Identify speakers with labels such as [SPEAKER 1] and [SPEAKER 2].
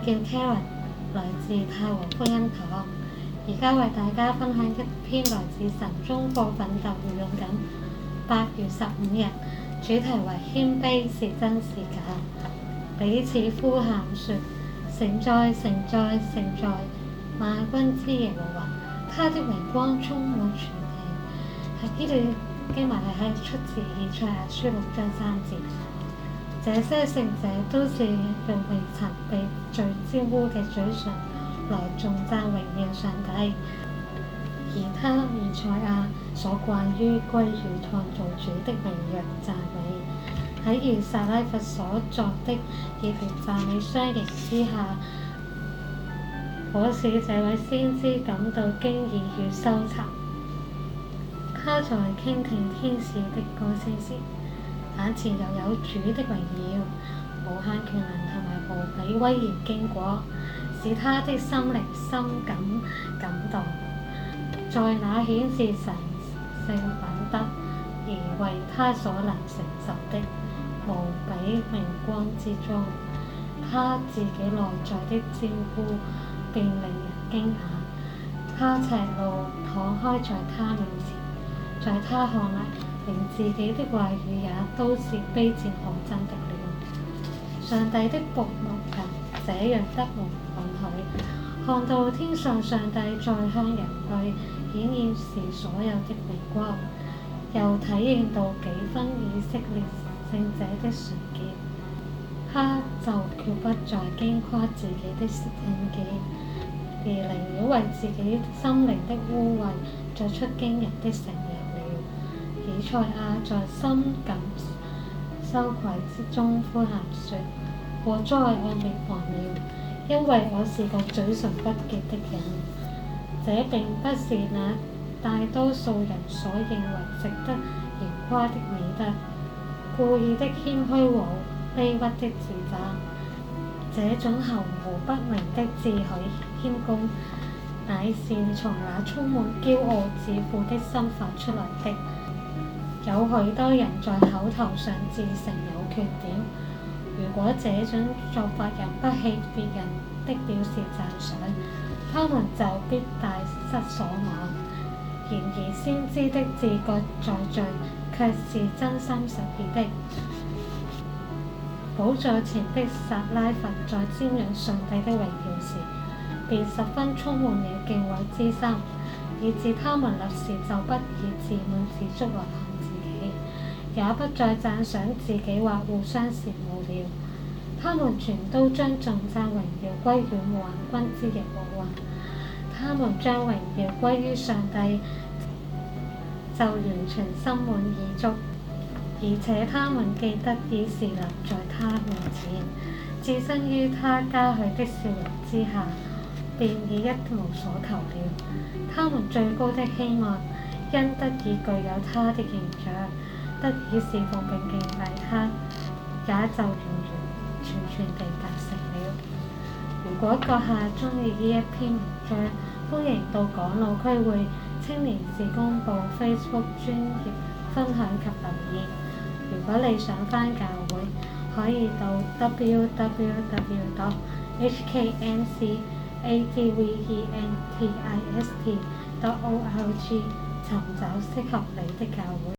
[SPEAKER 1] 叫 Karen， 來自太和福音堂。而家為大家分享一篇來自神中課奮鬥與勇敢8月15日，主題為謙卑是真是假，彼此呼喊說：聖哉聖哉聖哉，萬軍之耶和華，他的榮光充滿全地。呢段經文係出自以賽亞書6章3節。這些聖者都是用未曾被罪沾污嘅嘴唇來頌讚榮耀上帝，而以賽亞所慣於歸於創造主的榮耀讚美，喺以撒拉弗所作的熱烈讚美相迎之下，可使這位先知感到驚異與羞慚。他在傾聽天使的歌聲時，眼前又有主的榮耀，無限權能同埋無比威嚴經過，使他的心靈深感感動。在那顯示神聖品德而為他所能承受的無比榮光之中，他自己內在的戰呼便令人驚訝。他赤露敞開在他面前，在他看來，連自己的話語也都是卑賤可憎的了。上帝的僕人這樣得蒙允許，看到天上上帝在向人類顯現時所有的榮光，又體驗到幾分以色列聖者的純潔，他就決不再矜誇自己的聖潔，而寧願為自己心靈的污穢作出驚人的承認了。以賽亞在深感羞愧之中呼喊說：禍哉，我滅亡了，因為我是個嘴唇不潔的人。這並不是那大多數人所認為值得言誇的美德，故意的謙虛和卑屈的自責。這種含糊不明的自許謙恭，乃是從那充滿驕傲自負的心發出來的。有許多人在口頭上自承有缺點，如果這種做法人不起別人的表示讚賞，他們就必大失所望。然而先知的自覺在罪，卻是真心實意的。寶座前的撒拉弗在瞻仰上帝的榮耀時，便十分充滿了敬畏之心，以致他們立時就不以自滿自足來看自己，也不再讚賞自己或互相羨慕了。他們全都將頌讚榮耀歸於萬軍之耶和華，他們將榮耀歸於上帝，就完全心滿意足。而且他們既得以侍立在他面前，置身於他加許的笑容之下，便已一無所求了。他們最高的希望，因得以具有他的形象，得以侍奉並敬拜他，也就完完全全地達成了。如果閣下鍾意呢一篇文章，歡迎到港島區會青年事工部 Facebook 專頁分享及留言。如果你想返教會，可以到 www.hkncadventist.org 尋找適合你的教會。